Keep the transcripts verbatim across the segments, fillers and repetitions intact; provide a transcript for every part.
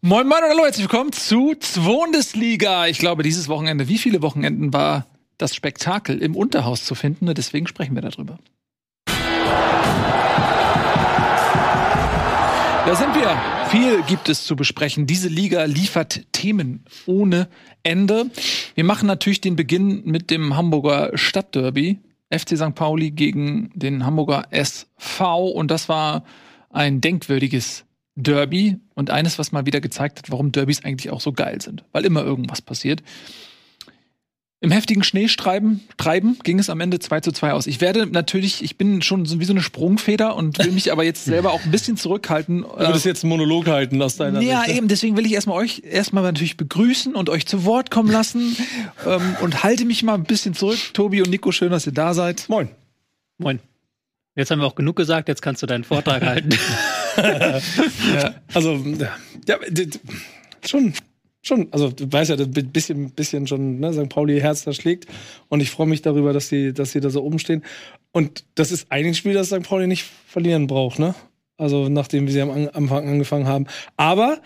Moin Moin und hallo, herzlich willkommen zu Bundesliga. Ich glaube, dieses Wochenende, wie viele Wochenenden war das Spektakel im Unterhaus zu finden? Deswegen sprechen wir darüber. Da sind wir. Viel gibt es zu besprechen. Diese Liga liefert Themen ohne Ende. Wir machen natürlich den Beginn mit dem Hamburger Stadtderby. F C Sankt Pauli gegen den Hamburger S V. Und das war ein denkwürdiges Derby und eines, was mal wieder gezeigt hat, warum Derbys eigentlich auch so geil sind. Weil immer irgendwas passiert. Im heftigen Schneestreiben treiben ging es am Ende zwei zu zwei aus. Ich werde natürlich, ich bin schon so wie so eine Sprungfeder und will mich aber jetzt selber auch ein bisschen zurückhalten. Du würdest jetzt einen Monolog halten aus deiner Ja, Sicht. eben, deswegen will ich erstmal euch erstmal natürlich begrüßen und euch zu Wort kommen lassen ähm, und halte mich mal ein bisschen zurück. Tobi und Nico, schön, dass ihr da seid. Moin. Moin. Jetzt haben wir auch genug gesagt, jetzt kannst du deinen Vortrag halten. Ja, also, ja, schon, schon, also du weißt ja, ein bisschen, bisschen schon, ne, Sankt Pauli Herz da schlägt und ich freue mich darüber, dass sie, dass sie da so oben stehen. Und das ist eigentlich ein Spiel, das Sankt Pauli nicht verlieren braucht, ne? Also nachdem wir sie am Anfang angefangen haben. Aber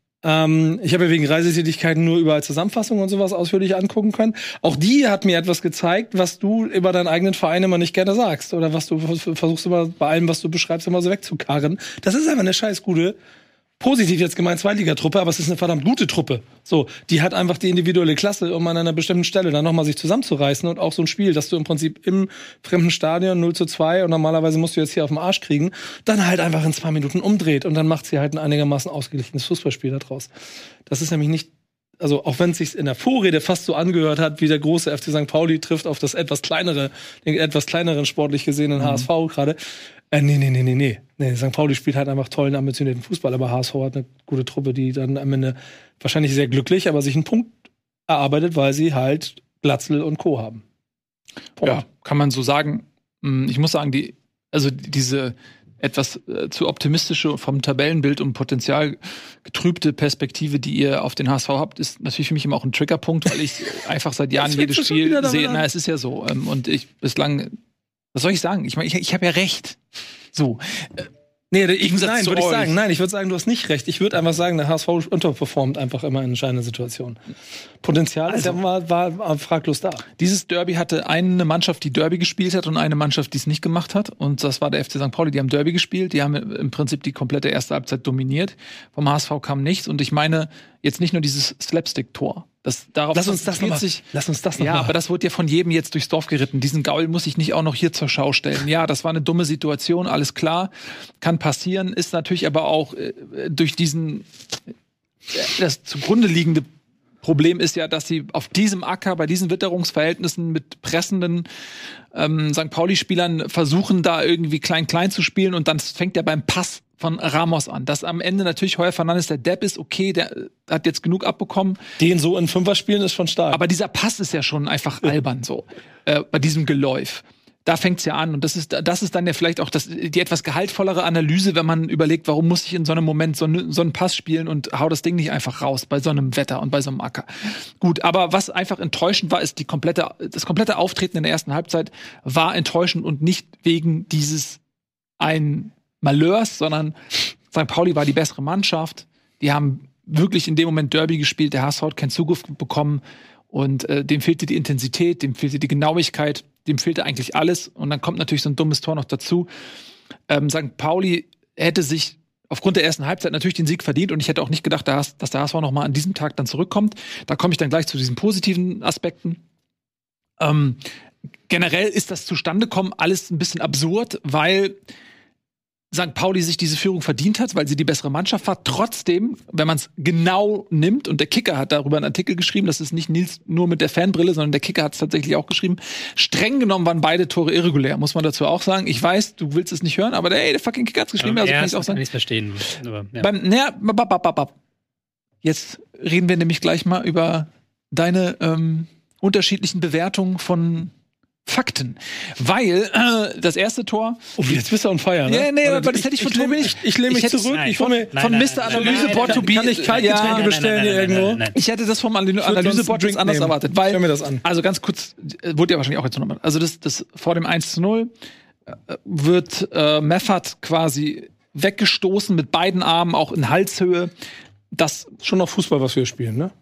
Ähm, ich habe ja wegen Reisetätigkeiten nur überall Zusammenfassungen und sowas ausführlich angucken können. Auch die hat mir etwas gezeigt, was du über deinen eigenen Verein immer nicht gerne sagst. Oder was du versuchst immer bei allem, was du beschreibst, immer so wegzukarren. Das ist einfach eine scheiß gute, positiv jetzt gemeint, Zweitligatruppe, aber es ist eine verdammt gute Truppe. So, die hat einfach die individuelle Klasse, um an einer bestimmten Stelle dann nochmal sich zusammenzureißen und auch so ein Spiel, dass du im Prinzip im fremden Stadion null zu zwei und normalerweise musst du jetzt hier auf den Arsch kriegen, dann halt einfach in zwei Minuten umdreht und dann macht sie halt ein einigermaßen ausgeglichenes Fußballspiel daraus. Das ist nämlich nicht, also auch wenn es sich in der Vorrede fast so angehört hat, wie der große F C Sankt Pauli trifft auf das etwas kleinere, den etwas kleineren sportlich gesehenen mhm. H S V gerade. Äh, nee, nee, nee, nee, nee. Nee, Sankt Pauli spielt halt einfach tollen, ambitionierten Fußball, aber H S V hat eine gute Truppe, die dann am Ende wahrscheinlich sehr glücklich, aber sich einen Punkt erarbeitet, weil sie halt Glatzel und Co. haben. Punkt. Ja, kann man so sagen. Ich muss sagen, die, also diese etwas äh, zu optimistische, vom Tabellenbild und Potenzial getrübte Perspektive, die ihr auf den H S V habt, ist natürlich für mich immer auch ein Triggerpunkt, weil ich einfach seit Jahren jedes Spiel sehe. Na, es ist ja so. Ähm, und ich bislang, was soll ich sagen? Ich meine, ich, ich habe ja recht. So. Äh, nee, ich, nein, würde ich sagen. Nein, ich würde sagen, du hast nicht recht. Ich würde einfach sagen, der H S V unterperformt einfach immer in entscheidenden Situationen. Potenzial also, war, war, war fraglos da. Dieses Derby hatte eine Mannschaft, die Derby gespielt hat und eine Mannschaft, die es nicht gemacht hat. Und das war der F C Sankt Pauli. Die haben Derby gespielt. Die haben im Prinzip die komplette erste Halbzeit dominiert. Vom H S V kam nichts. Und ich meine jetzt nicht nur dieses Slapstick-Tor. Das, darauf lass uns das noch mal, sich, lass uns das noch Ja, mal. aber das wurde ja von jedem jetzt durchs Dorf geritten. Diesen Gaul muss ich nicht auch noch hier zur Schau stellen. Ja, das war eine dumme Situation, alles klar. Kann passieren, ist natürlich aber auch äh, durch diesen, äh, das zugrunde liegende Problem ist ja, dass sie auf diesem Acker, bei diesen Witterungsverhältnissen mit pressenden ähm, Sankt Pauli-Spielern versuchen, da irgendwie klein-klein zu spielen und dann fängt er beim Pass von Ramos an. Dass am Ende natürlich Heuer Fernandes der Depp ist, okay, der hat jetzt genug abbekommen. Den so in Fünfer spielen ist schon stark. Aber dieser Pass ist ja schon einfach albern so, äh, bei diesem Geläuf. Da fängt's ja an und das ist das ist dann ja vielleicht auch das, die etwas gehaltvollere Analyse, wenn man überlegt, warum muss ich in so einem Moment so, ne, so einen Pass spielen und hau das Ding nicht einfach raus bei so einem Wetter und bei so einem Acker. Gut, aber was einfach enttäuschend war, ist die komplette das komplette Auftreten in der ersten Halbzeit war enttäuschend und nicht wegen dieses ein Malheurs, sondern Sankt Pauli war die bessere Mannschaft. Die haben wirklich in dem Moment Derby gespielt. Der H S V hat keinen Zugriff bekommen und äh, dem fehlte die Intensität, dem fehlte die Genauigkeit, dem fehlte eigentlich alles. Und dann kommt natürlich so ein dummes Tor noch dazu. Ähm, Sankt Pauli hätte sich aufgrund der ersten Halbzeit natürlich den Sieg verdient und ich hätte auch nicht gedacht, dass der H S V noch mal an diesem Tag dann zurückkommt. Da komme ich dann gleich zu diesen positiven Aspekten. Ähm, generell ist das Zustandekommen alles ein bisschen absurd, weil Sankt Pauli sich diese Führung verdient hat, weil sie die bessere Mannschaft war. Trotzdem, wenn man es genau nimmt, und der Kicker hat darüber einen Artikel geschrieben, das ist nicht Nils nur mit der Fanbrille, sondern der Kicker hat es tatsächlich auch geschrieben, streng genommen waren beide Tore irregulär, muss man dazu auch sagen. Ich weiß, du willst es nicht hören, aber der, ey, der fucking Kicker hat es geschrieben, ja, also kann kann ich auch sagen. Kann ich verstehen. Aber, ja. Beim, naja, bap, bap, bap, bap. Jetzt reden wir nämlich gleich mal über deine ähm, unterschiedlichen Bewertungen von Fakten. Weil äh, das erste Tor. Oh, jetzt bist du on fire, ne? Ja, nee, Oder aber das ich, hätte ich von ich, Tobi. Ich, ich lehne mich zurück. Nein, ich von, nein, von nein, Mister nein, Analysebot nein, to be. Kann ich Kaltgetränke ja, bestellen hier irgendwo? Ich hätte das vom Analy- Analysebot ganz anders nehmen. erwartet. Weil, Schau mir das an. Also ganz kurz, äh, wurde ja wahrscheinlich auch jetzt nochmal. Also das, das vor dem eins zu null äh, wird äh, Meffert quasi weggestoßen mit beiden Armen, auch in Halshöhe. das schon noch Fußball, was wir spielen, ne?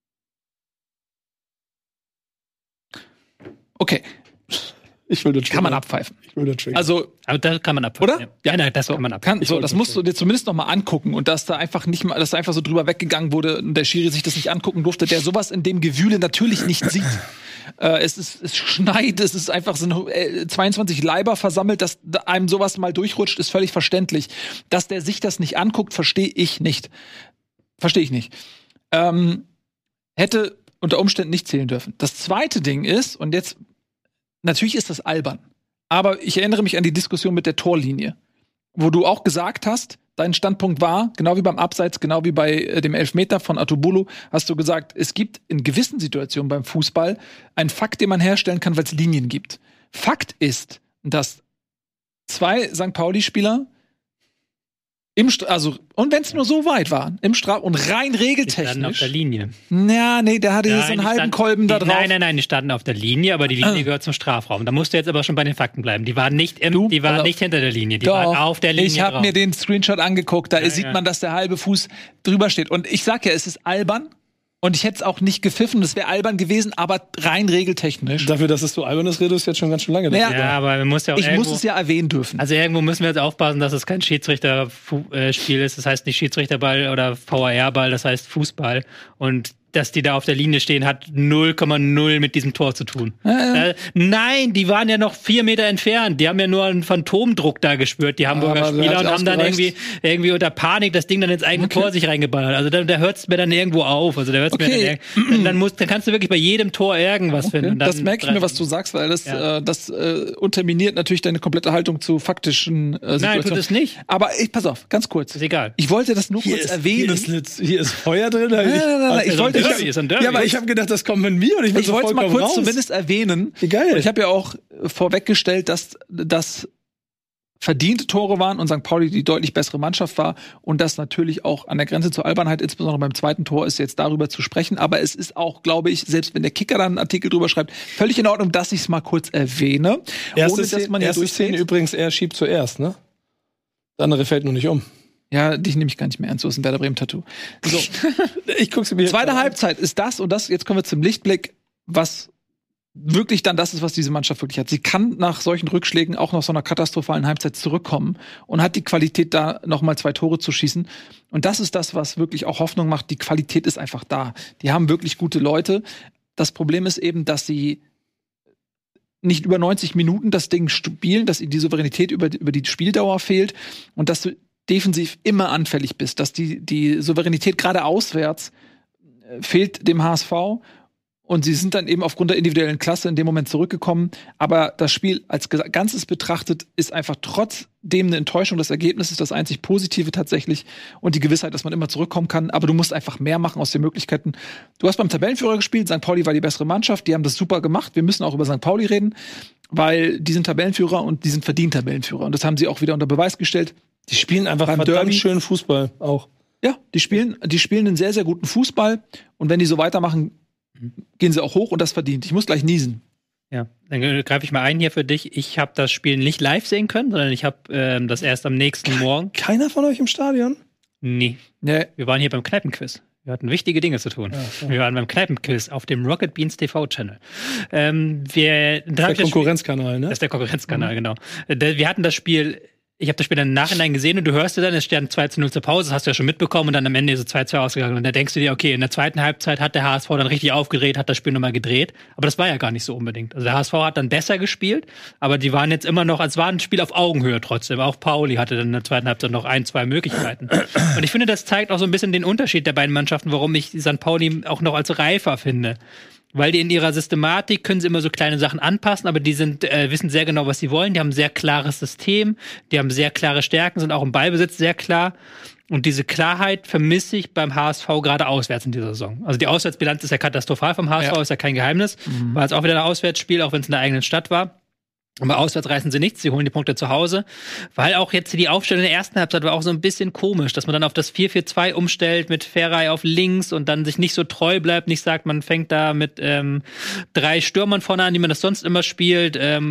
Okay. Ich will das Kann man abpfeifen. Ich will das also, aber da kann man abpfeifen. Oder? Ja, nein, das kann man abpfeifen. Kann, so, das musst du dir zumindest noch mal angucken und dass da einfach nicht mal, dass da einfach so drüber weggegangen wurde und der Schiri sich das nicht angucken durfte, der sowas in dem Gewühle natürlich nicht sieht. Äh, es ist, es schneit, es ist einfach so äh, zweiundzwanzig Leiber versammelt, dass einem sowas mal durchrutscht, ist völlig verständlich. Dass der sich das nicht anguckt, verstehe ich nicht. Verstehe ich nicht. Ähm, hätte unter Umständen nicht zählen dürfen. Das zweite Ding ist, und jetzt, natürlich ist das albern. Aber ich erinnere mich an die Diskussion mit der Torlinie, wo du auch gesagt hast, dein Standpunkt war, genau wie beim Abseits, genau wie bei äh, dem Elfmeter von Atubulu, hast du gesagt, es gibt in gewissen Situationen beim Fußball einen Fakt, den man herstellen kann, weil es Linien gibt. Fakt ist, dass zwei Sankt Pauli-Spieler im St- also und wenn es nur so weit war, im Straf- und rein Die regeltechnisch. standen auf der Linie. Ja, nee, der hatte Nein, hier so einen die halben standen- Kolben da die, drauf. Nein, nein, nein, die standen auf der Linie, aber die Linie Ah. gehört zum Strafraum. Da musst du jetzt aber schon bei den Fakten bleiben. Die waren nicht, im, Du? die waren Also- nicht hinter der Linie, die Doch, waren auf der Linie ich habe drauf. mir den Screenshot angeguckt, da Ja, sieht ja. man, dass der halbe Fuß drüber steht. Und ich sag ja, es ist albern. Und ich hätte es auch nicht gepfiffen, das wäre albern gewesen, aber rein regeltechnisch. Dafür, dass es so albern ist, redest du jetzt schon ganz schön lange. Naja, darüber. Ja, aber man muss ja auch ich irgendwo, muss es ja erwähnen dürfen. Also irgendwo müssen wir jetzt aufpassen, dass es kein Schiedsrichterspiel ist. Das heißt nicht Schiedsrichterball oder V A R-Ball, das heißt Fußball. Und dass die da auf der Linie stehen, hat null Komma null mit diesem Tor zu tun. Ja, ja. Äh, nein, die waren ja noch vier Meter entfernt. Die haben ja nur einen Phantomdruck da gespürt, die Hamburger Aber der Spieler, hat und haben dann ausgereicht. irgendwie, irgendwie unter Panik das Ding dann ins eigene Okay. Tor sich reingeballert. Also da, da hört es mir dann irgendwo auf. Also da hört's Okay. mir dann, irg- dann, musst, dann kannst du wirklich bei jedem Tor irgendwas Okay. finden. Und dann Das merke ich mir, was du sagst, weil das, Ja. äh, das äh, unterminiert natürlich deine komplette Haltung zu faktischen äh, Situationen. Nein, tut es nicht. Aber ich, pass auf, ganz kurz. Ist egal. Ich wollte das nur Hier kurz ist, erwähnen. Hier ist, hier ist Feuer drin. nein, nein, nein, nein, ich ist ein wollte Derby, ist ein Derby. Ja, aber ich habe gedacht, das kommt mit mir und ich bin Ich so wollte es mal vollkommen kurz raus. zumindest erwähnen. Wie geil. Und ich habe ja auch äh, vorweggestellt, dass das verdiente Tore waren und Sankt Pauli die deutlich bessere Mannschaft war und das natürlich auch an der Grenze zur Albernheit, insbesondere beim zweiten Tor, ist jetzt darüber zu sprechen. Aber es ist auch, glaube ich, selbst wenn der Kicker dann einen Artikel drüber schreibt, völlig in Ordnung, dass ich es mal kurz erwähne. Erste, ohne dass Szene, man ja erste Szene durchzieht. übrigens, er schiebt zuerst, ne? Das andere fällt nur nicht um. Ja, dich nehme ich gar nicht mehr ernst. So ist ein Werder Bremen-Tattoo. So, Ich guck's mir jetzt zweite an. Halbzeit ist das und das, jetzt kommen wir zum Lichtblick, was wirklich dann das ist, was diese Mannschaft wirklich hat. Sie kann nach solchen Rückschlägen auch nach so einer katastrophalen Halbzeit zurückkommen und hat die Qualität, da noch mal zwei Tore zu schießen. Und das ist das, was wirklich auch Hoffnung macht. Die Qualität ist einfach da. Die haben wirklich gute Leute. Das Problem ist eben, dass sie nicht über neunzig Minuten das Ding spielen, dass ihnen die Souveränität über, über die Spieldauer fehlt und dass du defensiv immer anfällig bist, dass die, die Souveränität gerade auswärts äh, fehlt dem H S V. Und sie sind dann eben aufgrund der individuellen Klasse in dem Moment zurückgekommen. Aber das Spiel als Ganzes betrachtet ist einfach trotzdem eine Enttäuschung. Das Ergebnis ist das einzig Positive tatsächlich. Und die Gewissheit, dass man immer zurückkommen kann. Aber du musst einfach mehr machen aus den Möglichkeiten. Du hast beim Tabellenführer gespielt. Sankt Pauli war die bessere Mannschaft. Die haben das super gemacht. Wir müssen auch über Sankt Pauli reden. Weil die sind Tabellenführer und die sind verdient Tabellenführer. Und das haben sie auch wieder unter Beweis gestellt. Die spielen einfach Beim verdammt Derby. schönen Fußball auch. Ja, die spielen, die spielen einen sehr, sehr guten Fußball. Und wenn die so weitermachen, gehen sie auch hoch und das verdient. Ich muss gleich niesen. Ja, dann greife ich mal ein hier für dich. Ich habe das Spiel nicht live sehen können, sondern ich habe ähm, das erst am nächsten Morgen. Keiner von euch im Stadion? Nee, Nee. wir waren hier beim Kneipenquiz. Wir hatten wichtige Dinge zu tun. Ja, Wir waren beim Kneipenquiz auf dem Rocket Beans T V-Channel. Ähm, wir, da hab Der ich das Spiel- Konkurrenzkanal, ne? Das ist der Konkurrenzkanal, genau. Äh, Wir hatten das Spiel, ich habe das Spiel dann im Nachhinein gesehen und du hörst dann, es stand zwei zu null zur Pause, das hast du ja schon mitbekommen und dann am Ende ist es zwei zu zwei ausgegangen. Und da denkst du dir, okay, in der zweiten Halbzeit hat der H S V dann richtig aufgedreht, hat das Spiel nochmal gedreht. Aber das war ja gar nicht so unbedingt. Also der H S V hat dann besser gespielt, aber die waren jetzt immer noch, es war ein Spiel auf Augenhöhe trotzdem. Auch Pauli hatte dann in der zweiten Halbzeit noch ein, zwei Möglichkeiten. Und ich finde, das zeigt auch so ein bisschen den Unterschied der beiden Mannschaften, warum ich Sankt Pauli auch noch als reifer finde. Weil die in ihrer Systematik können sie immer so kleine Sachen anpassen, aber die sind äh, wissen sehr genau, was sie wollen. Die haben ein sehr klares System, die haben sehr klare Stärken, sind auch im Ballbesitz sehr klar. Und diese Klarheit vermisse ich beim H S V gerade auswärts in dieser Saison. Also die Auswärtsbilanz ist ja katastrophal vom H S V, Ja. ist ja kein Geheimnis. Mhm. War jetzt auch wieder ein Auswärtsspiel, auch wenn es in der eigenen Stadt war. Aber auswärts reißen sie nichts, sie holen die Punkte zu Hause. Weil auch jetzt die Aufstellung in der ersten Halbzeit war auch so ein bisschen komisch, dass man dann auf das vier vier zwei umstellt mit Ferrei auf links und dann sich nicht so treu bleibt, nicht sagt, man fängt da mit ähm, drei Stürmern vorne an, die man das sonst immer spielt. Ähm,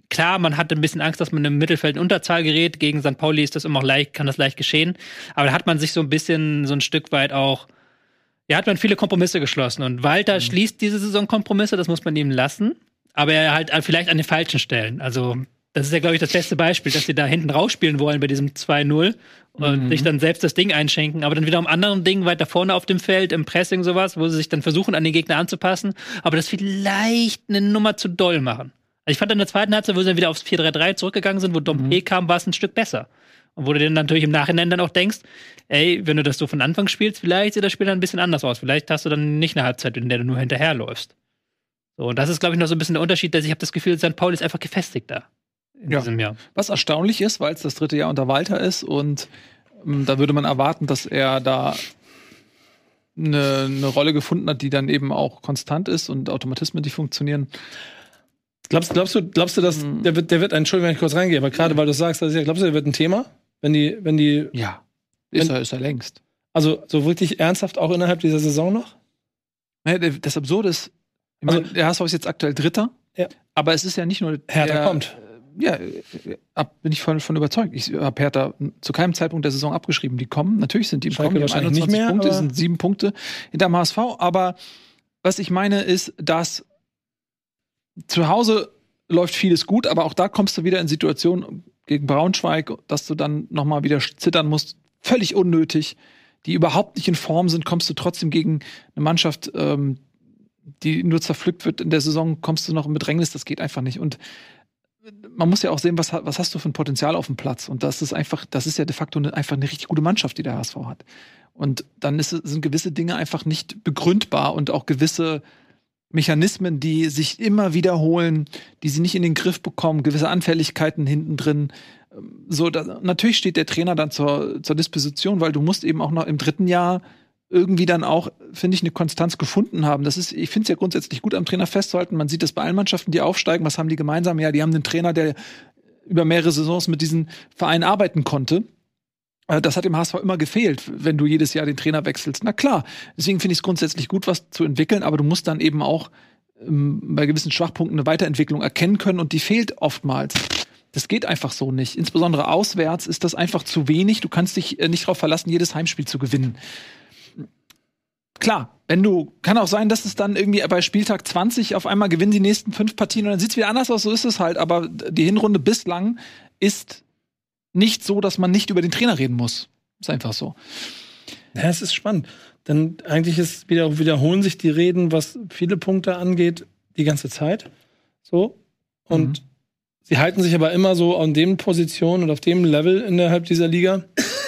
klar, man hatte ein bisschen Angst, dass man im Mittelfeld in Unterzahl gerät. Gegen Sankt Pauli ist das immer auch leicht, kann das leicht geschehen. Aber da hat man sich so ein bisschen, so ein Stück weit auch, ja, hat man viele Kompromisse geschlossen. Und Walter mhm. schließt diese Saison Kompromisse, das muss man ihm lassen. Aber er halt vielleicht an den falschen Stellen. Also, das ist ja, glaube ich, das beste Beispiel, dass sie da hinten rausspielen wollen bei diesem zwei null und mhm. sich dann selbst das Ding einschenken, aber dann wieder um anderen Dingen weiter vorne auf dem Feld, im Pressing sowas, wo sie sich dann versuchen, an den Gegner anzupassen, aber das vielleicht eine Nummer zu doll machen. Also ich fand in der zweiten Halbzeit, wo sie dann wieder aufs vier drei drei zurückgegangen sind, wo Dompe mhm. kam, war es ein Stück besser. Und wo du dann natürlich im Nachhinein dann auch denkst, ey, wenn du das so von Anfang spielst, vielleicht sieht das Spiel dann ein bisschen anders aus. Vielleicht hast du dann nicht eine Halbzeit, in der du nur hinterherläufst. So, und das ist, glaube ich, noch so ein bisschen der Unterschied, dass ich habe das Gefühl, Sankt Pauli ist einfach gefestigt da. In ja. diesem Jahr. Was erstaunlich ist, weil es das dritte Jahr unter Walter ist und ähm, da würde man erwarten, dass er da eine, eine Rolle gefunden hat, die dann eben auch konstant ist und Automatismen, die funktionieren. Glaubst, glaubst du, glaubst du, dass hm. der wird, der wird, Entschuldigung, wenn ich kurz reingehe, aber gerade weil du sagst, dass ich, glaubst du, der wird ein Thema, wenn die, wenn die, ja, ist wenn, er, ist er längst. Also so wirklich ernsthaft auch innerhalb dieser Saison noch? Ja, das Absurde ist, ich meine, also, der H S V ist jetzt aktuell Dritter, ja. aber es ist ja nicht nur Hertha der, kommt. Ja, ab, bin ich von, von überzeugt. Ich habe Hertha zu keinem Zeitpunkt der Saison abgeschrieben. Die kommen, natürlich sind die im Schalke Kommen, die haben einundzwanzig nicht mehr, Punkte, sind sieben Punkte hinterm H S V. Aber was ich meine ist, dass zu Hause läuft vieles gut, aber auch da kommst du wieder in Situationen gegen Braunschweig, dass du dann nochmal wieder zittern musst. Völlig unnötig. Die überhaupt nicht in Form sind, kommst du trotzdem gegen eine Mannschaft, ähm, die nur zerpflückt wird in der Saison, kommst du noch in Bedrängnis. Das geht einfach nicht. Und man muss ja auch sehen, was, was hast du für ein Potenzial auf dem Platz. Und das ist einfach, das ist ja de facto eine, einfach eine richtig gute Mannschaft, die der H S V hat. Und dann ist, sind gewisse Dinge einfach nicht begründbar und auch gewisse Mechanismen, die sich immer wiederholen, die sie nicht in den Griff bekommen, gewisse Anfälligkeiten hinten drin. So, da, natürlich steht der Trainer dann zur, zur Disposition, weil du musst eben auch noch im dritten Jahr irgendwie dann auch, finde ich, eine Konstanz gefunden haben. Das ist, ich finde es ja grundsätzlich gut, am Trainer festzuhalten. Man sieht das bei allen Mannschaften, die aufsteigen. Was haben die gemeinsam? Ja, die haben einen Trainer, der über mehrere Saisons mit diesen Vereinen arbeiten konnte. Das hat dem H S V immer gefehlt, wenn du jedes Jahr den Trainer wechselst. Na klar, deswegen finde ich es grundsätzlich gut, was zu entwickeln, aber du musst dann eben auch ähm, bei gewissen Schwachpunkten eine Weiterentwicklung erkennen können und die fehlt oftmals. Das geht einfach so nicht. Insbesondere auswärts ist das einfach zu wenig. Du kannst dich äh, nicht darauf verlassen, jedes Heimspiel zu gewinnen. Klar, wenn du, kann auch sein, dass es dann irgendwie bei Spieltag zwanzig auf einmal gewinnen die nächsten fünf Partien und dann sieht es wieder anders aus, so ist es halt. Aber die Hinrunde bislang ist nicht so, dass man nicht über den Trainer reden muss. Ist einfach so. Ja, es ist spannend. Denn eigentlich ist wieder, wiederholen sich die Reden, was viele Punkte angeht, die ganze Zeit. So. Und mhm. sie halten sich aber immer so an den Positionen und auf dem Level innerhalb dieser Liga.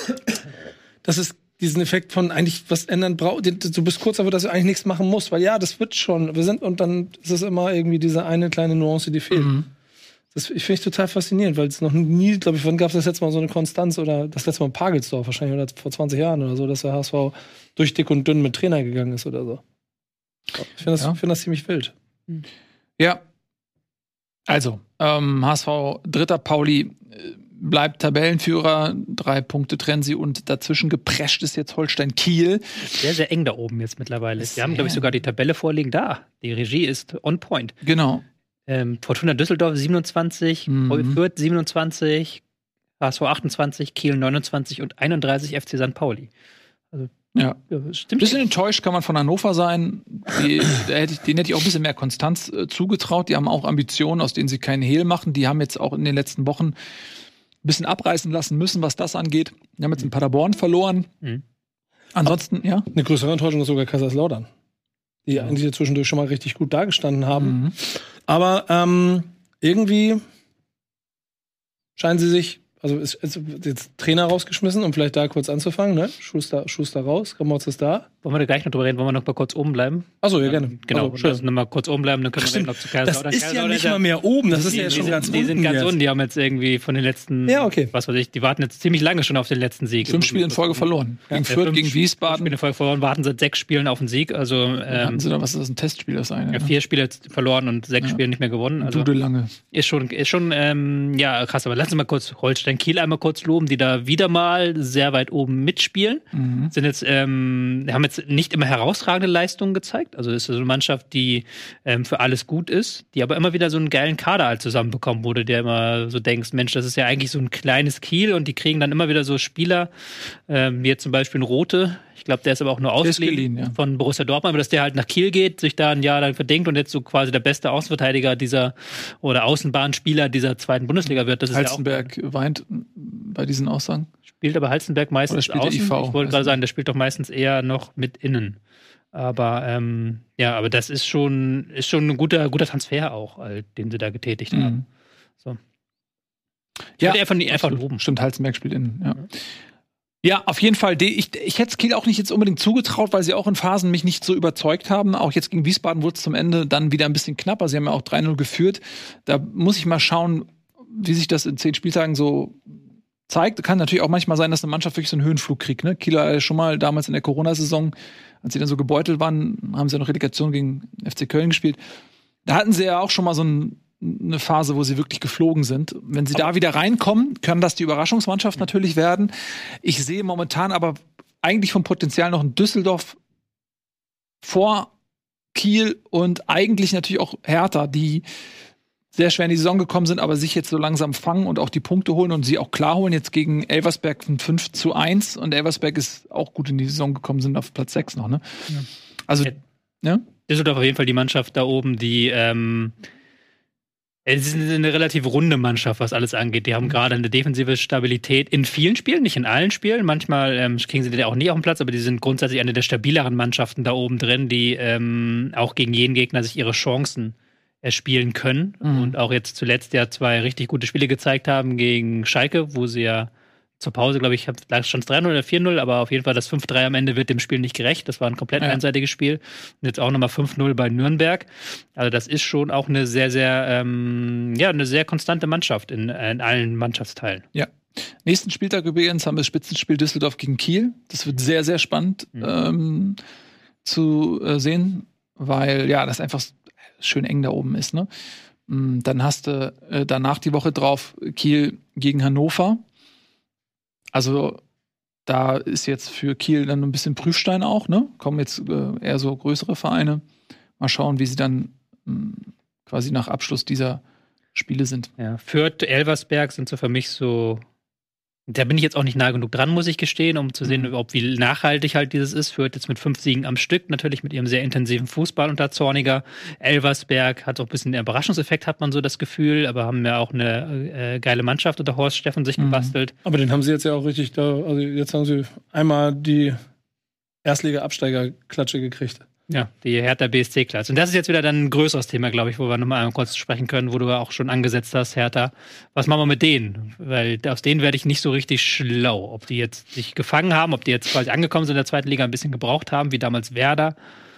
Das ist diesen Effekt von eigentlich was ändern braucht. Du bist kurz davor, dass du eigentlich nichts machen musst, weil ja, das wird schon. Wir sind, und dann ist es immer irgendwie diese eine kleine Nuance, die fehlt. Mhm. Das finde ich total faszinierend, weil es noch nie, glaube ich, wann gab es das letzte Mal so eine Konstanz oder das letzte Mal in Pagelsdorf wahrscheinlich oder vor zwanzig Jahren oder so, dass der H S V durch dick und dünn mit Trainer gegangen ist oder so. Ich finde das, ja. find das ziemlich wild. Ja. Also, ähm, H S V Dritter, Pauli äh, bleibt Tabellenführer, drei Punkte trennen sie und dazwischen geprescht ist jetzt Holstein Kiel. Sehr, sehr eng da oben jetzt mittlerweile. Wir haben, glaube ich, sogar die Tabelle vorliegen da. Die Regie ist on point. Genau. Ähm, Fortuna Düsseldorf siebenundzwanzig, mhm. Fürth siebenundzwanzig, H S V achtundzwanzig, Kiel neunundzwanzig und einunddreißig F C Sankt Pauli. Also, ja. ja ein bisschen echt. Enttäuscht kann man von Hannover sein. Die, da hätte ich, denen hätte ich auch ein bisschen mehr Konstanz äh, zugetraut. Die haben auch Ambitionen, aus denen sie keinen Hehl machen. Die haben jetzt auch in den letzten Wochen ein bisschen abreißen lassen müssen, was das angeht. Die haben jetzt in Paderborn verloren. Mhm. Ansonsten, Ab, ja. Eine größere Enttäuschung ist sogar Kaiserslautern, die ja. eigentlich zwischendurch schon mal richtig gut dagestanden haben. Mhm. Aber ähm, irgendwie scheinen sie sich, also ist, ist jetzt Trainer rausgeschmissen, um vielleicht da kurz anzufangen, ne? Schuster, Schuster raus, Gramotz ist da. Wollen wir da gleich noch drüber reden? Wollen wir noch mal kurz oben bleiben? Achso, ja, gerne. Genau, also, also noch mal kurz oben bleiben, dann können wir noch zu Kaiserslautern. Das ist ja nicht mal mehr oben, das ist ja schon ganz unten. Die sind ganz unten, die haben jetzt irgendwie von den letzten, ja, okay. was weiß ich, die warten jetzt ziemlich lange schon auf den letzten Sieg. Fünf Spiele in Folge verloren. Gegen Fürth, ja, gegen Wiesbaden. Fünf Spiele in Folge verloren, warten seit sechs Spielen auf den Sieg. Also, ähm, hatten sie da, was ist das, ein Testspiel, das eine? Ja, vier Spiele verloren und sechs ja. Spiele nicht mehr gewonnen. Also, lange. Ist schon, ist schon ähm, ja, krass. Aber lassen wir mal kurz Holstein Kiel einmal kurz loben, die da wieder mal sehr weit oben mitspielen. Mhm. Sind jetzt, ähm, haben jetzt nicht immer herausragende Leistungen gezeigt. Also es ist so eine Mannschaft, die ähm, für alles gut ist, die aber immer wieder so einen geilen Kader halt zusammenbekommen wurde, der immer so denkst, Mensch, das ist ja eigentlich so ein kleines Kiel und die kriegen dann immer wieder so Spieler, ähm, wie jetzt zum Beispiel ein Rote. Ich glaube, der ist aber auch nur ausgeliehen ja. von Borussia Dortmund, aber dass der halt nach Kiel geht, sich da ein Jahr lang verdingt und jetzt so quasi der beste Außenverteidiger dieser oder Außenbahnspieler dieser zweiten Bundesliga wird. Das ist Halstenberg ja auch, weint bei diesen Aussagen. Spielt aber Halstenberg meistens spielt außen. I V? Ich wollte gerade sagen, der spielt doch meistens eher noch mit innen. Aber ähm, ja, aber das ist schon, ist schon ein guter, guter Transfer auch, den sie da getätigt mhm. haben. So. Ja, einfach, einfach loben. Stimmt, Halstenberg spielt innen, ja. Ja, auf jeden Fall. Ich, ich hätte es Kiel auch nicht jetzt unbedingt zugetraut, weil sie auch in Phasen mich nicht so überzeugt haben. Auch jetzt gegen Wiesbaden wurde es zum Ende dann wieder ein bisschen knapper. Sie haben ja auch drei null geführt. Da muss ich mal schauen, wie sich das in zehn Spieltagen so zeigt. Kann natürlich auch manchmal sein, dass eine Mannschaft wirklich so einen Höhenflug kriegt. Ne? Kiel hat ja schon mal damals in der Corona-Saison, als sie dann so gebeutelt waren, haben sie ja noch Relegation gegen F C Köln gespielt. Da hatten sie ja auch schon mal so ein eine Phase, wo sie wirklich geflogen sind. Wenn sie aber da wieder reinkommen, kann das die Überraschungsmannschaft natürlich werden. Ich sehe momentan aber eigentlich vom Potenzial noch ein Düsseldorf vor Kiel und eigentlich natürlich auch Hertha, die sehr schwer in die Saison gekommen sind, aber sich jetzt so langsam fangen und auch die Punkte holen und sie auch klar holen. Jetzt gegen Elversberg von fünf zu eins und Elversberg ist auch gut in die Saison gekommen, sind auf Platz sechs noch. Ne? Ja. Also, ja? Düsseldorf auf jeden Fall die Mannschaft da oben, die ähm es ist eine relativ runde Mannschaft, was alles angeht. Die haben gerade eine defensive Stabilität in vielen Spielen, nicht in allen Spielen. Manchmal ähm, kriegen sie die auch nie auf den Platz, aber die sind grundsätzlich eine der stabileren Mannschaften da oben drin, die ähm, auch gegen jeden Gegner sich ihre Chancen erspielen können. Mhm. Und auch jetzt zuletzt ja zwei richtig gute Spiele gezeigt haben gegen Schalke, wo sie ja zur Pause, glaube ich, lag schon drei null oder vier null, aber auf jeden Fall das fünf drei am Ende wird dem Spiel nicht gerecht. Das war ein komplett ja. einseitiges Spiel. Und jetzt auch nochmal fünf null bei Nürnberg. Also das ist schon auch eine sehr, sehr, ähm, ja, eine sehr konstante Mannschaft in, in allen Mannschaftsteilen. Ja. Nächsten Spieltag übrigens haben wir das Spitzenspiel Düsseldorf gegen Kiel. Das wird sehr, sehr spannend mhm. ähm, zu äh, sehen, weil ja, das einfach schön eng da oben ist. Ne? Dann hast du äh, danach die Woche drauf Kiel gegen Hannover. Also da ist jetzt für Kiel dann ein bisschen Prüfstein auch, ne? Kommen jetzt äh, eher so größere Vereine. Mal schauen, wie sie dann mh, quasi nach Abschluss dieser Spiele sind. Ja, Fürth, Elversberg sind so für mich so. Da bin ich jetzt auch nicht nah genug dran, muss ich gestehen, um zu sehen, mhm. ob wie nachhaltig halt dieses ist. Fürth jetzt mit fünf Siegen am Stück, natürlich mit ihrem sehr intensiven Fußball unter Zorniger. Elversberg hat auch ein bisschen den Überraschungseffekt, hat man so das Gefühl, aber haben ja auch eine äh, geile Mannschaft unter Horst Steffen sich mhm. gebastelt. Aber den haben sie jetzt ja auch richtig da, also jetzt haben sie einmal die Erstliga-Absteiger-Klatsche gekriegt. Ja, die Hertha B S C-Klasse. Und das ist jetzt wieder dann ein größeres Thema, glaube ich, wo wir nochmal einmal kurz sprechen können, wo du auch schon angesetzt hast, Hertha. Was machen wir mit denen? Weil aus denen werde ich nicht so richtig schlau. Ob die jetzt sich gefangen haben, ob die jetzt quasi angekommen sind in der zweiten Liga, ein bisschen gebraucht haben, wie damals Werder.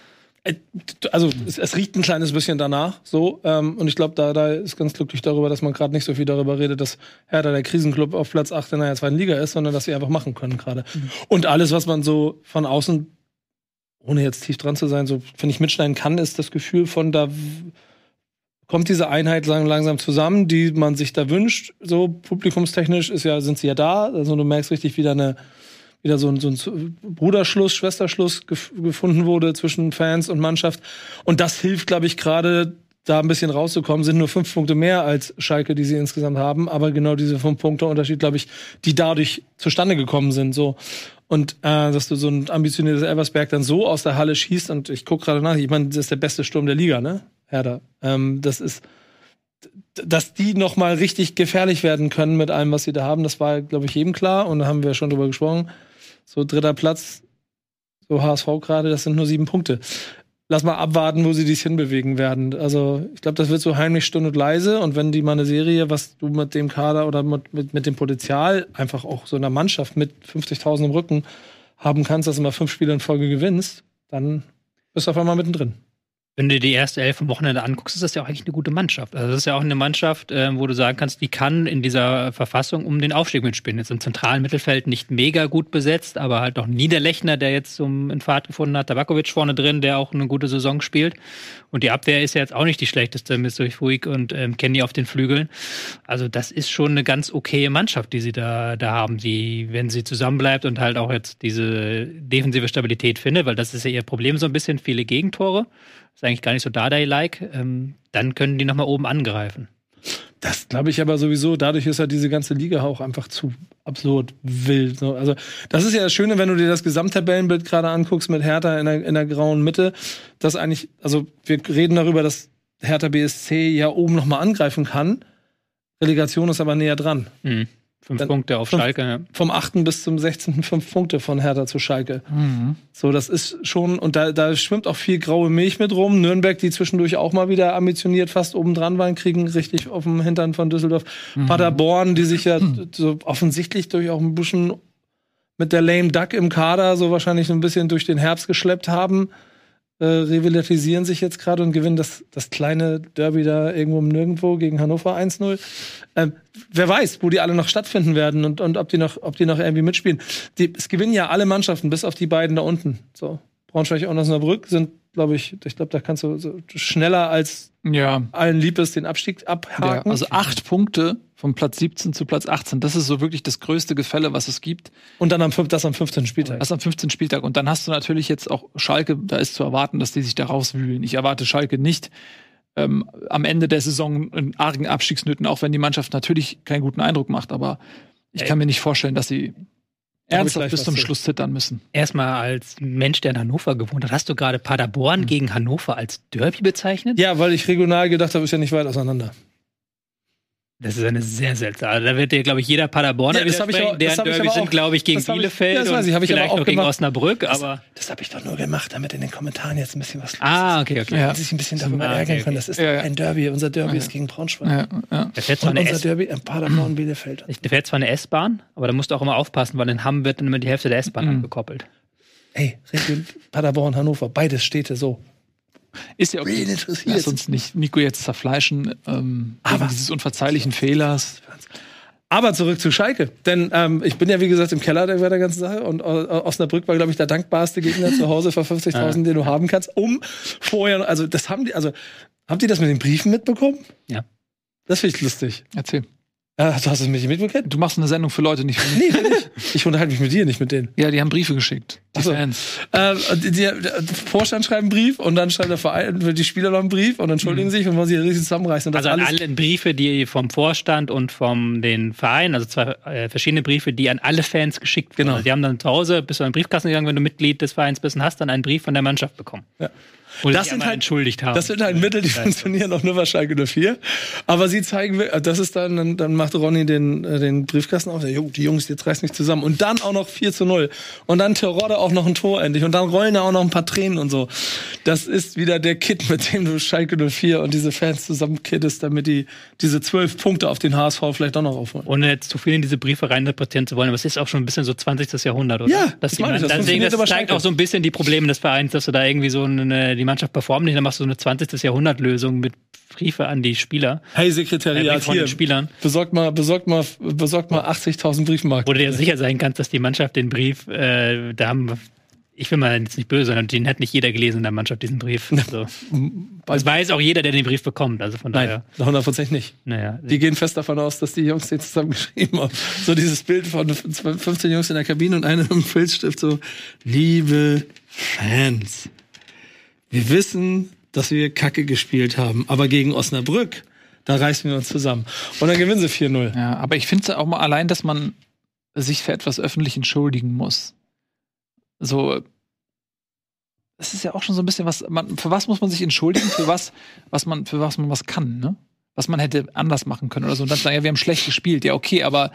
Also es, es riecht ein kleines bisschen danach, so. Ähm, und ich glaube, da, da ist ganz glücklich darüber, dass man gerade nicht so viel darüber redet, dass Hertha der Krisenclub auf Platz acht in der zweiten Liga ist, sondern dass sie einfach machen können gerade. Mhm. Und alles, was man so von außen, ohne jetzt tief dran zu sein, so finde ich mitschneiden kann, ist das Gefühl von, da kommt diese Einheit langsam zusammen, die man sich da wünscht. So publikumstechnisch ist ja, sind sie ja da. Also du merkst richtig, wieder eine, wieder so ein, so ein Bruderschluss, Schwesterschluss gef- gefunden wurde zwischen Fans und Mannschaft. Und das hilft, glaube ich, gerade da ein bisschen rauszukommen. Sind nur fünf Punkte mehr als Schalke, die sie insgesamt haben. Aber genau diese fünf Punkte Unterschied, glaube ich, die dadurch zustande gekommen sind. So. Und äh, dass du so ein ambitioniertes Elversberg dann so aus der Halle schießt, und ich gucke gerade nach, ich meine, das ist der beste Sturm der Liga, ne? Hertha. Ähm, das ist, dass die noch mal richtig gefährlich werden können mit allem, was sie da haben, das war, glaube ich, jedem klar. Und da haben wir schon drüber gesprochen. So dritter Platz, so H S V gerade, das sind nur sieben Punkte. Lass mal abwarten, wo sie dies hinbewegen werden. Also ich glaube, das wird so heimlich still und leise. Und wenn die mal eine Serie, was du mit dem Kader oder mit, mit, mit dem Potenzial einfach auch so einer Mannschaft mit fünfzigtausend im Rücken haben kannst, dass du mal fünf Spiele in Folge gewinnst, dann bist du auf einmal mittendrin. Wenn du dir die erste Elf vom Wochenende anguckst, ist das ja auch eigentlich eine gute Mannschaft. Also das ist ja auch eine Mannschaft, äh, wo du sagen kannst, die kann in dieser Verfassung um den Aufstieg mitspielen. Jetzt im zentralen Mittelfeld nicht mega gut besetzt, aber halt auch Niederlechner, der jetzt um in Fahrt gefunden hat, Tabakovic vorne drin, der auch eine gute Saison spielt. Und die Abwehr ist ja jetzt auch nicht die schlechteste mit Fuig und ähm, Kenny auf den Flügeln. Also das ist schon eine ganz okaye Mannschaft, die sie da, da haben, die, wenn sie zusammenbleibt und halt auch jetzt diese defensive Stabilität findet, weil das ist ja ihr Problem so ein bisschen, viele Gegentore. Ist eigentlich gar nicht so Dardai-like. Ähm, dann können die nochmal oben angreifen. Das glaube ich aber sowieso. Dadurch ist ja diese ganze Liga auch einfach zu absurd wild. Also das ist ja das Schöne, wenn du dir das Gesamttabellenbild gerade anguckst mit Hertha in der, in der grauen Mitte. Dass eigentlich, also wir reden darüber, dass Hertha B S C ja oben nochmal angreifen kann. Relegation ist aber näher dran. Mhm. Fünf Dann Punkte auf fünf, Schalke, ja. Vom achten bis zum sechzehnten fünf Punkte von Hertha zu Schalke. Mhm. So, das ist schon, und da, da schwimmt auch viel graue Milch mit rum. Nürnberg, die zwischendurch auch mal wieder ambitioniert fast oben dran waren, kriegen richtig auf dem Hintern von Düsseldorf. Mhm. Paderborn, die sich ja mhm. so offensichtlich durch auch ein bisschen mit der Lame Duck im Kader so wahrscheinlich ein bisschen durch den Herbst geschleppt haben, äh, revitalisieren sich jetzt gerade und gewinnen das, das kleine Derby da irgendwo im Nirgendwo gegen Hannover eins null. Ähm, wer weiß, wo die alle noch stattfinden werden und, und ob die noch, ob die noch irgendwie mitspielen. Die, es gewinnen ja alle Mannschaften, bis auf die beiden da unten. So, Braunschweig und Osnabrück sind, glaube ich, ich glaube, da kannst du so schneller als ja. allen lieb ist den Abstieg abhaken. Ja, also acht Punkte vom Platz siebzehn zu Platz achtzehn. Das ist so wirklich das größte Gefälle, was es gibt. Und dann am, das am fünfzehnten Spieltag. Das am fünfzehnten Spieltag. Und dann hast du natürlich jetzt auch Schalke, da ist zu erwarten, dass die sich da rauswühlen. Ich erwarte Schalke nicht ähm, am Ende der Saison in argen Abstiegsnöten, auch wenn die Mannschaft natürlich keinen guten Eindruck macht. Aber ich Ey. kann mir nicht vorstellen, dass sie ernsthaft bis zum Schluss zittern müssen. Erstmal als Mensch, der in Hannover gewohnt hat, hast du gerade Paderborn mhm. gegen Hannover als Derby bezeichnet? Ja, weil ich regional gedacht habe, ist ja nicht weit auseinander. Das ist eine sehr seltsame. Da wird dir, glaube ich, jeder Paderborner ja, das hab ich auch, deren das Derby sind, glaube ich, gegen ich, Bielefeld ja, das weiß ich, hab ich vielleicht aber auch noch gegen gemacht. Osnabrück. Aber das das habe ich doch nur gemacht, damit in den Kommentaren jetzt ein bisschen was los Ah, okay, okay. Ja. sich ein bisschen darüber ah, ärgern okay, können. okay. Das ist ja, ja. ein Derby. Unser Derby ja. ist gegen Braunschweig. Ja, ja. Da fährt zwar Und eine unser S- Derby in Paderborn, Bielefeld. Da fährt zwar eine S-Bahn, aber da musst du auch immer aufpassen, weil in Hamm wird dann immer die Hälfte der S-Bahn Mhm. angekoppelt. Ey, Region Paderborn, Hannover, beides Städte so. Ist ja okay. Wen interessiert? Lass uns nicht Nico jetzt zerfleischen ähm, Aber- wegen dieses unverzeihlichen Fehlers. Aber zurück zu Schalke. Denn ähm, ich bin ja, wie gesagt, im Keller der, der ganzen Sache. Und äh, Osnabrück war, glaube ich, der dankbarste Gegner zu Hause für fünfzigtausend, den du haben kannst. Um vorher, also das haben die, also habt ihr das mit den Briefen mitbekommen? Ja. Das finde ich lustig. Erzähl. Ja, du hast es mit mitbekommen? Du machst eine Sendung für Leute, nicht für Nee, will ich. Ich unterhalte mich mit dir, nicht mit denen. Ja, die haben Briefe geschickt. Die Ach so. Fans. Äh, die, die, der Vorstand schreibt einen Brief und dann schreibt der Verein, die Spieler noch einen Brief und entschuldigen Mhm. sich und wollen sich richtig zusammenreißen. Und das Also an alles alle Briefe, die vom Vorstand und vom den Verein, also zwei äh, verschiedene Briefe, die an alle Fans geschickt wurden. Genau. Also die haben dann zu Hause, bist du in den Briefkasten gegangen, wenn du Mitglied des Vereins bist und hast dann einen Brief von der Mannschaft bekommen. Ja. Wo sie Das sich sind einmal halt- entschuldigt haben. Das sind halt Mittel, die funktionieren auch nur bei Schalke null vier. Aber sie zeigen, das ist dann, dann, dann macht Ronny den, äh, den Briefkasten auf. Jo, die Jungs, jetzt reißt nicht zusammen. Und dann auch noch vier zu null. Und dann Terodde auch noch ein Tor endlich. Und dann rollen da auch noch ein paar Tränen und so. Das ist wieder der Kit, mit dem du Schalke null vier und diese Fans zusammenkittest, damit die diese zwölf Punkte auf den H S V vielleicht auch noch aufholen. Ohne jetzt zu viel in diese Briefe reininterpretieren zu wollen, aber es ist auch schon ein bisschen so zwanzigstes Jahrhundert, oder? Ja, Dass das die meine ich, das deswegen, funktioniert das über zeigt Schalke. auch so ein bisschen die Probleme des Vereins, dass du da irgendwie so eine, die Mannschaft performt nicht, dann machst du so eine zwanzigstes Jahrhundert-Lösung mit Briefe an die Spieler. Hey Äh, Sekretariat, von hier, den Spielern. besorgt mal, besorgt mal, besorgt mal achtzigtausend Briefmarken. Wo du dir sicher sein kannst, dass die Mannschaft den Brief, äh, da haben, ich will mal jetzt nicht böse sein, den hat nicht jeder gelesen in der Mannschaft, diesen Brief. Also, das weiß auch jeder, der den Brief bekommt. Also von Nein, daher, hundertprozentig nicht. naja. Die gehen fest davon aus, dass die Jungs den zusammen geschrieben haben. So dieses Bild von fünfzehn Jungs in der Kabine und einer im Filzstift so, liebe Fans, wir wissen, dass wir Kacke gespielt haben, aber gegen Osnabrück, da reißen wir uns zusammen. Und dann gewinnen sie vier null. Ja, aber ich finde auch mal allein, dass man sich für etwas öffentlich entschuldigen muss. So, das ist ja auch schon so ein bisschen was, man, für was muss man sich entschuldigen, für was, was man, für was man was kann, ne? Was man hätte anders machen können oder so. Und dann sagen, ja, wir haben schlecht gespielt. Ja, okay, aber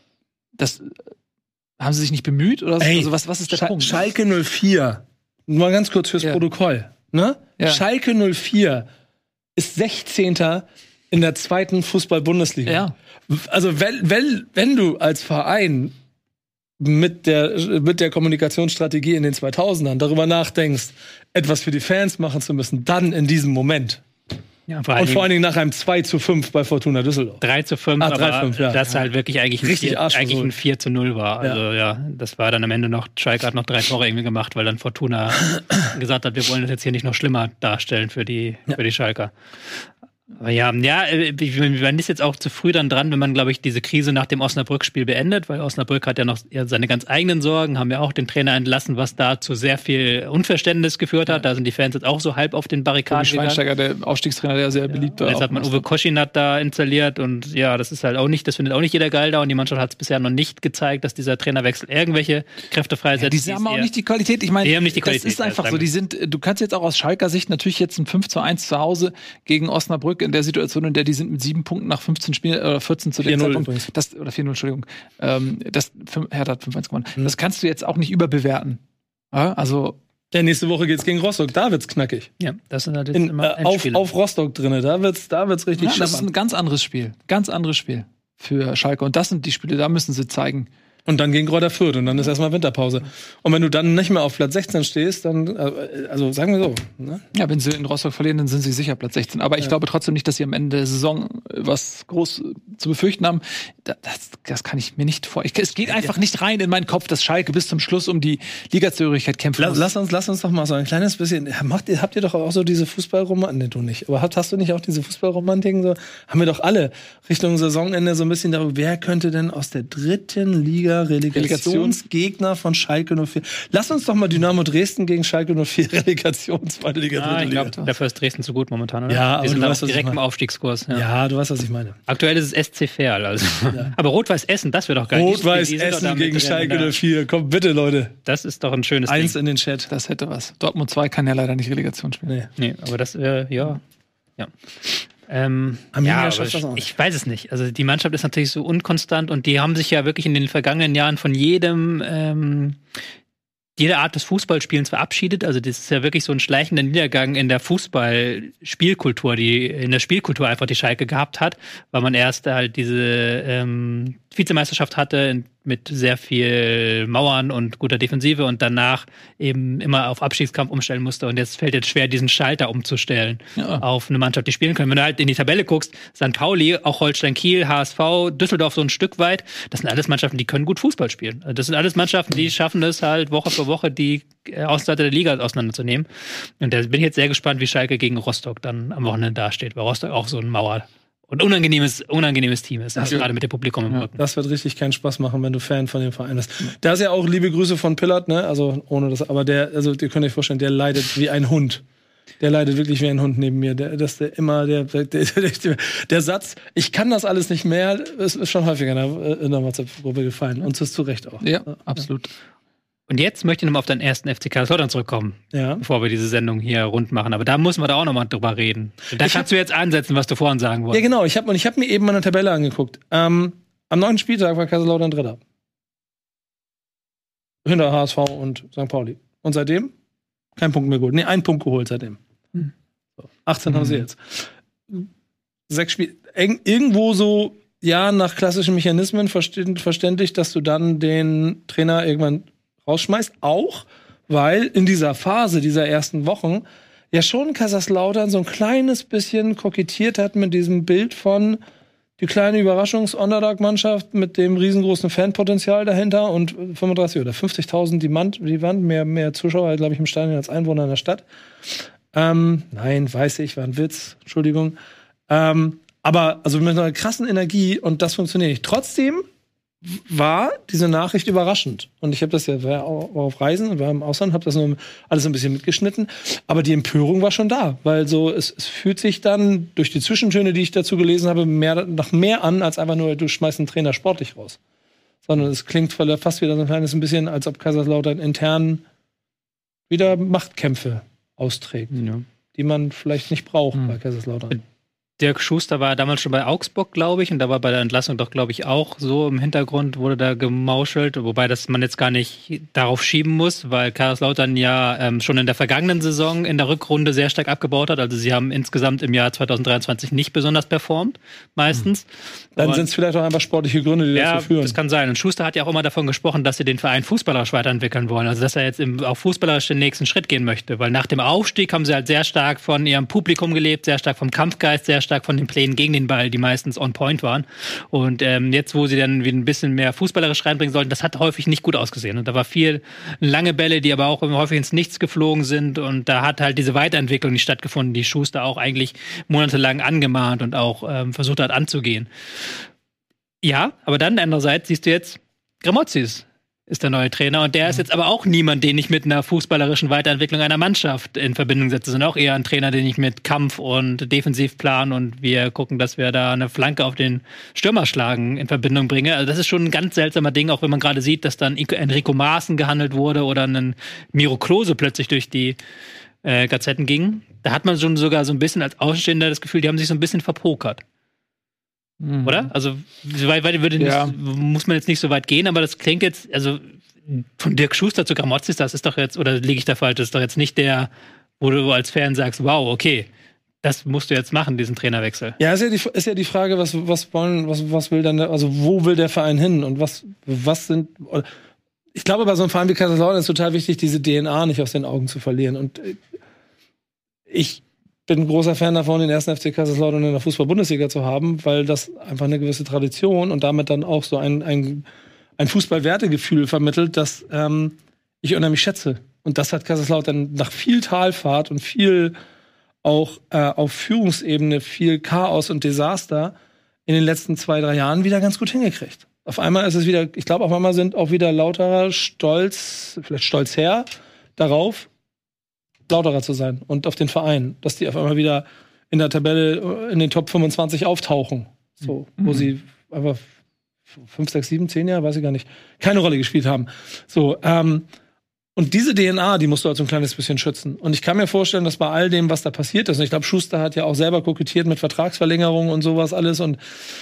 das haben sie sich nicht bemüht? Oder Ey, also was, was ist der Sch- Punkt? Schalke null vier, mal ganz kurz fürs Ja. Protokoll, ne? Ja. Schalke null vier ist sechzehnter in der zweiten Fußball-Bundesliga. Ja. Also wenn, wenn, wenn du als Verein mit der, mit der Kommunikationsstrategie in den zweitausendern darüber nachdenkst, etwas für die Fans machen zu müssen, dann in diesem Moment. Ja, vor und vor allen Dingen nach einem zwei zu fünf bei Fortuna Düsseldorf. drei zu fünf, ah, aber drei fünf, ja. das halt wirklich eigentlich ein, Richtig vier, eigentlich ein vier zu null war. Also ja. ja, das war dann am Ende noch, Schalke hat noch drei Tore irgendwie gemacht, weil dann Fortuna gesagt hat, wir wollen das jetzt hier nicht noch schlimmer darstellen für die, ja. für die Schalker. Aber ja, ja, man ist jetzt auch zu früh dann dran, wenn man, glaube ich, diese Krise nach dem Osnabrück-Spiel beendet, weil Osnabrück hat ja noch seine ganz eigenen Sorgen, haben ja auch den Trainer entlassen, was da zu sehr viel Unverständnis geführt hat. Da sind die Fans jetzt auch so halb auf den Barrikaden gegangen. Schweinsteiger, der Aufstiegstrainer, der sehr ja. beliebt war. Jetzt hat man Uwe Koschinat da installiert und ja, das ist halt auch nicht, das findet auch nicht jeder geil da und die Mannschaft hat es bisher noch nicht gezeigt, dass dieser Trainerwechsel irgendwelche Kräfte freisetzt. Ja, die haben auch nicht die Qualität. Ich meine, die haben nicht die Qualität, das ist einfach so. Die sind, du kannst jetzt auch aus Schalker Sicht natürlich jetzt ein fünf zu eins zu Hause gegen Osnabrück in der Situation, in der die sind mit sieben Punkten nach fünfzehn Spielen, oder vierzehn zu dem Zeitpunkt. Das, oder vier null, Entschuldigung. Ähm, das, Hertha hat fünf eins gewonnen. Mhm. Das kannst du jetzt auch nicht überbewerten. Ja, also. Ja, nächste Woche geht's gegen Rostock. Da wird's knackig. Ja, das sind natürlich in, immer äh, auf, auf Rostock drinne. Da wird's, da wird's richtig ja, das ist ein ganz anderes Spiel. Ganz anderes Spiel für Schalke. Und das sind die Spiele, da müssen sie zeigen. Und dann gegen Greuther Fürth und dann ist erstmal Winterpause. Und wenn du dann nicht mehr auf Platz sechzehn stehst, dann, also sagen wir so. Ne? Ja, wenn sie in Rostock verlieren, dann sind sie sicher Platz sechzehn. Aber ich ja. glaube trotzdem nicht, dass sie am Ende der Saison was groß zu befürchten haben. Das, das kann ich mir nicht vorstellen. Es geht einfach ja. nicht rein in meinen Kopf, dass Schalke bis zum Schluss um die Ligazugehörigkeit kämpfen muss. Lass uns, lass uns doch mal so ein kleines bisschen. Macht ihr, habt ihr doch auch so diese Fußballromantik? Nee, du nicht. Aber hast, hast du nicht auch diese Fußballromantiken? So? Haben wir doch alle Richtung Saisonende so ein bisschen darüber, wer könnte denn aus der dritten Liga Relegationsgegner von Schalke null vier. Lass uns doch mal Dynamo Dresden gegen Schalke null vier Relegation, zweite Liga, dritte ah, ich Liga. Glaub, dafür ist Dresden zu gut momentan, oder? Ja, die sind aber auch direkt im Aufstiegskurs. Ja. ja, du weißt, was ich meine. Aktuell ist es S C Verl. Also. Ja. Aber Rot-Weiß Essen, das wäre doch geil. Rot-Weiß Essen gegen Schalke null vier. Komm, bitte, Leute. Das ist doch ein schönes Eins Ding. in den Chat. Das hätte was. Dortmund zwei kann ja leider nicht Relegation spielen. Nee, nee aber das wäre, ja. ja. Ähm, ja, aber ich, ich weiß es nicht. Also die Mannschaft ist natürlich so unkonstant und die haben sich ja wirklich in den vergangenen Jahren von jedem ähm, jeder Art des Fußballspielens verabschiedet. Also das ist ja wirklich so ein schleichender Niedergang in der Fußballspielkultur, die in der Spielkultur einfach die Schalke gehabt hat, weil man erst halt diese ähm, Vizemeisterschaft hatte mit sehr viel Mauern und guter Defensive und danach eben immer auf Abstiegskampf umstellen musste. Und jetzt fällt jetzt schwer, diesen Schalter umzustellen ja. auf eine Mannschaft, die spielen können. Wenn du halt in die Tabelle guckst, Sankt Pauli, auch Holstein Kiel, H S V, Düsseldorf so ein Stück weit, das sind alles Mannschaften, die können gut Fußball spielen. Das sind alles Mannschaften, die schaffen es halt Woche für Woche, die Außenseiter der Liga auseinanderzunehmen. Und da bin ich jetzt sehr gespannt, wie Schalke gegen Rostock dann am Wochenende dasteht, weil Rostock auch so ein Mauer und unangenehmes, unangenehmes Team ist, also gerade mit dem Publikum im Rücken. Ja, das wird richtig keinen Spaß machen, wenn du Fan von dem Verein bist. Da ist ja auch liebe Grüße von Pillard, ne? Also ohne das, aber der, also ihr könnt euch vorstellen, der leidet wie ein Hund. Der leidet wirklich wie ein Hund neben mir. Der, dass der immer, der, der, der, der Satz, ich kann das alles nicht mehr, ist, ist schon häufiger in der, in der WhatsApp-Gruppe gefallen. Und zu Recht auch. Ja, absolut. Und jetzt möchte ich nochmal auf deinen ersten F C Kaiserslautern zurückkommen, ja. bevor wir diese Sendung hier rund machen. Aber da müssen wir da auch nochmal drüber reden. Da ich kannst hab, du jetzt ansetzen, was du vorhin sagen wolltest. Ja, genau. Ich habe hab mir eben meine Tabelle angeguckt. Ähm, am neunten Spieltag war Kaiserslautern Dritter. Hinter H S V und Sankt Pauli. Und seitdem kein Punkt mehr geholt. Nee, einen Punkt geholt seitdem. Hm. So, achtzehn hm. haben sie jetzt. Sechs Spiele. Irgendwo so, ja, nach klassischen Mechanismen verständlich, dass du dann den Trainer irgendwann rausschmeißt, auch weil in dieser Phase dieser ersten Wochen ja schon Kaiserslautern so ein kleines bisschen kokettiert hat mit diesem Bild von die kleine Überraschungs-Underdog-Mannschaft mit dem riesengroßen Fanpotenzial dahinter und fünfunddreißig oder fünfzigtausend die, Mann, die Wand, mehr, mehr Zuschauer, glaube ich, im Stadion als Einwohner in der Stadt. Ähm, nein, weiß ich, war ein Witz, Entschuldigung. Ähm, aber also mit einer krassen Energie und das funktioniert nicht. Trotzdem war diese Nachricht überraschend. Und ich habe das ja, war auch auf Reisen, war im Ausland, habe das nur alles ein bisschen mitgeschnitten. Aber die Empörung war schon da, weil so es, es fühlt sich dann durch die Zwischentöne, die ich dazu gelesen habe, mehr, nach mehr an, als einfach nur, du schmeißt einen Trainer sportlich raus. Sondern es klingt fast wieder so ein kleines bisschen, als ob Kaiserslautern intern wieder Machtkämpfe austrägt, ja. die man vielleicht nicht braucht mhm. bei Kaiserslautern. Dirk Schuster war damals schon bei Augsburg, glaube ich, und da war bei der Entlassung doch, glaube ich, auch so im Hintergrund wurde da gemauschelt, wobei das man jetzt gar nicht darauf schieben muss, weil Kaiserslautern ja ähm, schon in der vergangenen Saison in der Rückrunde sehr stark abgebaut hat. Also sie haben insgesamt im Jahr zwanzig dreiundzwanzig nicht besonders performt, meistens. Dann sind es vielleicht auch einfach sportliche Gründe, die ja, dazu führen. Das kann sein. Und Schuster hat ja auch immer davon gesprochen, dass sie den Verein fußballerisch weiterentwickeln wollen. Also dass er jetzt im, auch fußballerisch den nächsten Schritt gehen möchte. Weil nach dem Aufstieg haben sie halt sehr stark von ihrem Publikum gelebt, sehr stark vom Kampfgeist, sehr stark von den Plänen gegen den Ball, die meistens on point waren. Und ähm, jetzt, wo sie dann wieder ein bisschen mehr fußballerisch reinbringen sollten, das hat häufig nicht gut ausgesehen. Und da war viel lange Bälle, die aber auch häufig ins Nichts geflogen sind. Und da hat halt diese Weiterentwicklung nicht stattgefunden, die Schuster auch eigentlich monatelang angemahnt und auch ähm, versucht hat anzugehen. Ja, aber dann andererseits siehst du jetzt, Gramotzis ist der neue Trainer und der ist jetzt aber auch niemand, den ich mit einer fußballerischen Weiterentwicklung einer Mannschaft in Verbindung setze, sondern auch eher ein Trainer, den ich mit Kampf und Defensivplan und wir gucken, dass wir da eine Flanke auf den Stürmer schlagen in Verbindung bringe. Also das ist schon ein ganz seltsamer Ding, auch wenn man gerade sieht, dass dann Enrico Maaßen gehandelt wurde oder ein Miro Klose plötzlich durch die äh, Gazetten ging. Da hat man schon sogar so ein bisschen als Außenstehender das Gefühl, die haben sich so ein bisschen verpokert. Mhm. Oder? Also, so weit, weit würde nicht, ja. muss man jetzt nicht so weit gehen, aber das klingt jetzt, also von Dirk Schuster zu Gramotzis, das ist doch jetzt, oder liege ich da falsch, das ist doch jetzt nicht der, wo du als Fan sagst, wow, okay, das musst du jetzt machen, diesen Trainerwechsel. Ja, ist ja die, ist ja die Frage, was, was wollen, was, was will dann, der, also wo will der Verein hin und was, was sind, ich glaube, bei so einem Verein wie Kaiserslautern ist total wichtig, diese D N A nicht aus den Augen zu verlieren und ich bin ein großer Fan davon, den ersten F C Kaiserslautern in der Fußball-Bundesliga zu haben, weil das einfach eine gewisse Tradition und damit dann auch so ein, ein, ein Fußballwertegefühl vermittelt, das ähm, ich unheimlich schätze. Und das hat Kaiserslautern nach viel Talfahrt und viel auch äh, auf Führungsebene, viel Chaos und Desaster in den letzten zwei, drei Jahren wieder ganz gut hingekriegt. Auf einmal ist es wieder, ich glaube, auf einmal sind auch wieder Lauterer stolz, vielleicht stolz her, darauf, Lauterer zu sein und auf den Verein, dass die auf einmal wieder in der Tabelle in den Top fünfundzwanzig auftauchen. So, mhm. Wo sie einfach fünf, sechs, sieben, zehn Jahre, weiß ich gar nicht, keine Rolle gespielt haben. So, ähm, und diese D N A, die musst du halt so ein kleines bisschen schützen. Und ich kann mir vorstellen, dass bei all dem, was da passiert ist, und ich glaube, Schuster hat ja auch selber kokettiert mit Vertragsverlängerungen und sowas alles und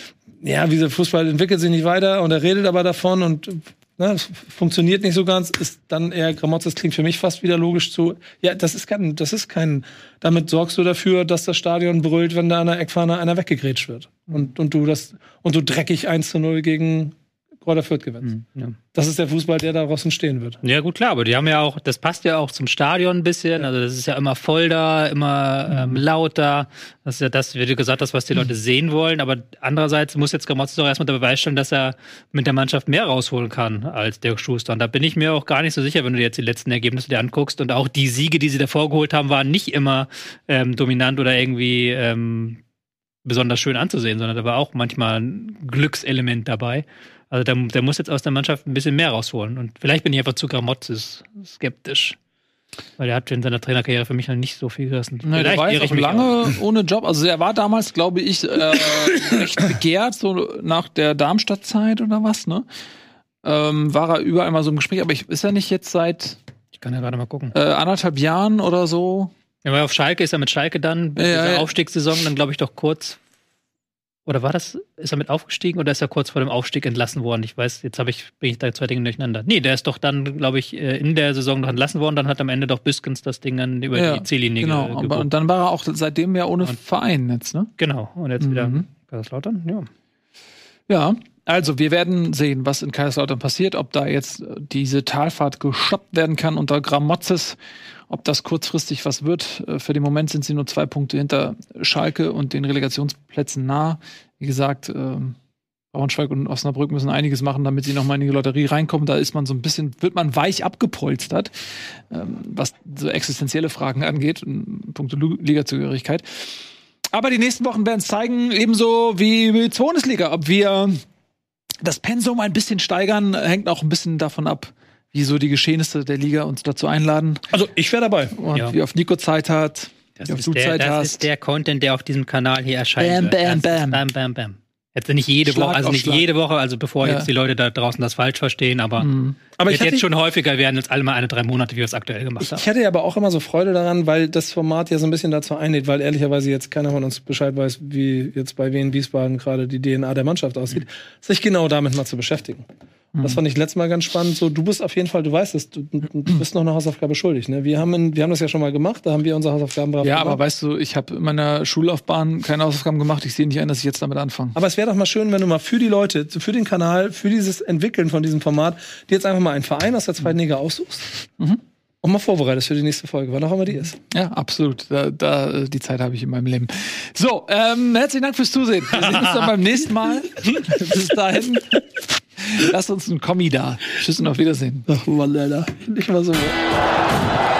ja, dieser Fußball entwickelt sich nicht weiter und er redet aber davon und ne, es funktioniert nicht so ganz, ist dann eher Gramotzis, klingt für mich fast wieder logisch zu, ja, das ist kein, das ist kein, damit sorgst du dafür, dass das Stadion brüllt, wenn da an der Eckfahne einer weggegrätscht wird. Und, und du das, und du dreckig eins zu null gegen Kräuter Fürth gewinnst. Mhm, ja. Das ist der Fußball, der daraus entstehen wird. Ja, gut, klar, aber die haben ja auch, das passt ja auch zum Stadion ein bisschen, also das ist ja immer voll da, immer ähm, lauter, das ist ja das, wie du gesagt hast, was die Leute sehen wollen, aber andererseits muss jetzt Gramotzis doch erstmal dabei beweisen, dass er mit der Mannschaft mehr rausholen kann als Dirk Schuster. Und da bin ich mir auch gar nicht so sicher, wenn du dir jetzt die letzten Ergebnisse dir anguckst und auch die Siege, die sie davor geholt haben, waren nicht immer ähm, dominant oder irgendwie ähm, besonders schön anzusehen, sondern da war auch manchmal ein Glückselement dabei. Also der, der muss jetzt aus der Mannschaft ein bisschen mehr rausholen. Und vielleicht bin ich einfach zu Gramotzis skeptisch. Weil er hat in seiner Trainerkarriere für mich noch nicht so viel gerissen. Nee, der war jetzt auch lange auch. ohne Job. Also er war damals, glaube ich, äh, recht begehrt, so nach der Darmstadt-Zeit oder was, ne? Ähm, war er überall mal so im Gespräch. Aber ich, ist er nicht jetzt seit ich kann ja gerade mal gucken. Äh, anderthalb Jahren oder so? Ja, weil auf Schalke ist er mit Schalke dann, ja, dieser ja. Aufstiegssaison, dann glaube ich doch kurz. Oder war das, ist er mit aufgestiegen oder ist er kurz vor dem Aufstieg entlassen worden? Ich weiß, jetzt habe ich, bin ich da zwei Dinge durcheinander. Nee, der ist doch dann, glaube ich, in der Saison noch entlassen worden. Dann hat am Ende doch Büskens das Ding dann über ja, die Ziellinie genau, ge- aber und dann war er auch seitdem ja ohne und, Verein jetzt, ne? Genau, und jetzt mhm. wieder Kaiserslautern, ja. Ja, also wir werden sehen, was in Kaiserslautern passiert, ob da jetzt diese Talfahrt gestoppt werden kann unter Gramotzis, ob das kurzfristig was wird. Für den Moment sind sie nur zwei Punkte hinter Schalke und den Relegationsplätzen nah. Wie gesagt, ähm, Braunschweig und Osnabrück müssen einiges machen, damit sie nochmal in die Lotterie reinkommen. Da ist man so ein bisschen, wird man weich abgepolstert, ähm, was so existenzielle Fragen angeht, in puncto Ligazugehörigkeit. Aber die nächsten Wochen werden es zeigen, ebenso wie die Bundesliga, ob wir das Pensum ein bisschen steigern, hängt auch ein bisschen davon ab, wie so die Geschehnisse der Liga uns dazu einladen. Also ich wäre dabei. Und ja. wie oft Nico Zeit hat, das wie oft ist du der, Zeit das hast. Das ist der Content, der auf diesem Kanal hier erscheint. Bam, bam, bam. Bam, bam, bam. Jetzt nicht jede Schlag Woche, also auf nicht Schlag. jede Woche, also bevor Ja. jetzt die Leute da draußen das falsch verstehen, aber Mhm. Aber Wird ich hatte, jetzt schon häufiger werden als alle mal eine, drei Monate, wie wir es aktuell gemacht ich, haben. ich hatte ja aber auch immer so Freude daran, weil das Format ja so ein bisschen dazu einlädt, weil ehrlicherweise jetzt keiner von uns Bescheid weiß, wie jetzt bei Wien Wiesbaden gerade die D N A der Mannschaft aussieht, mhm. sich genau damit mal zu beschäftigen. Mhm. Das fand ich letztes Mal ganz spannend. So, du bist auf jeden Fall, du weißt es, du, du bist noch eine Hausaufgabe schuldig. Ne? Wir haben, in, wir haben das ja schon mal gemacht, da haben wir unsere Hausaufgaben brav Ja, gemacht. aber weißt du, ich habe in meiner Schullaufbahn keine Hausaufgaben gemacht. Ich sehe nicht ein, dass ich jetzt damit anfange. Aber es wäre doch mal schön, wenn du mal für die Leute, für den Kanal, für dieses Entwickeln von diesem Format, dir jetzt einfach mal einen Verein aus der zweiten Liga aussuchst mhm. und mal vorbereitest für die nächste Folge, wann auch immer die ist. Ja, absolut. Da, da, die Zeit habe ich in meinem Leben. So, ähm, herzlichen Dank fürs Zusehen. Wir sehen uns dann beim nächsten Mal. Bis dahin. Lasst uns einen Kommi da. Tschüss und auf Wiedersehen. Ach Mann, Alter. Nicht mal so.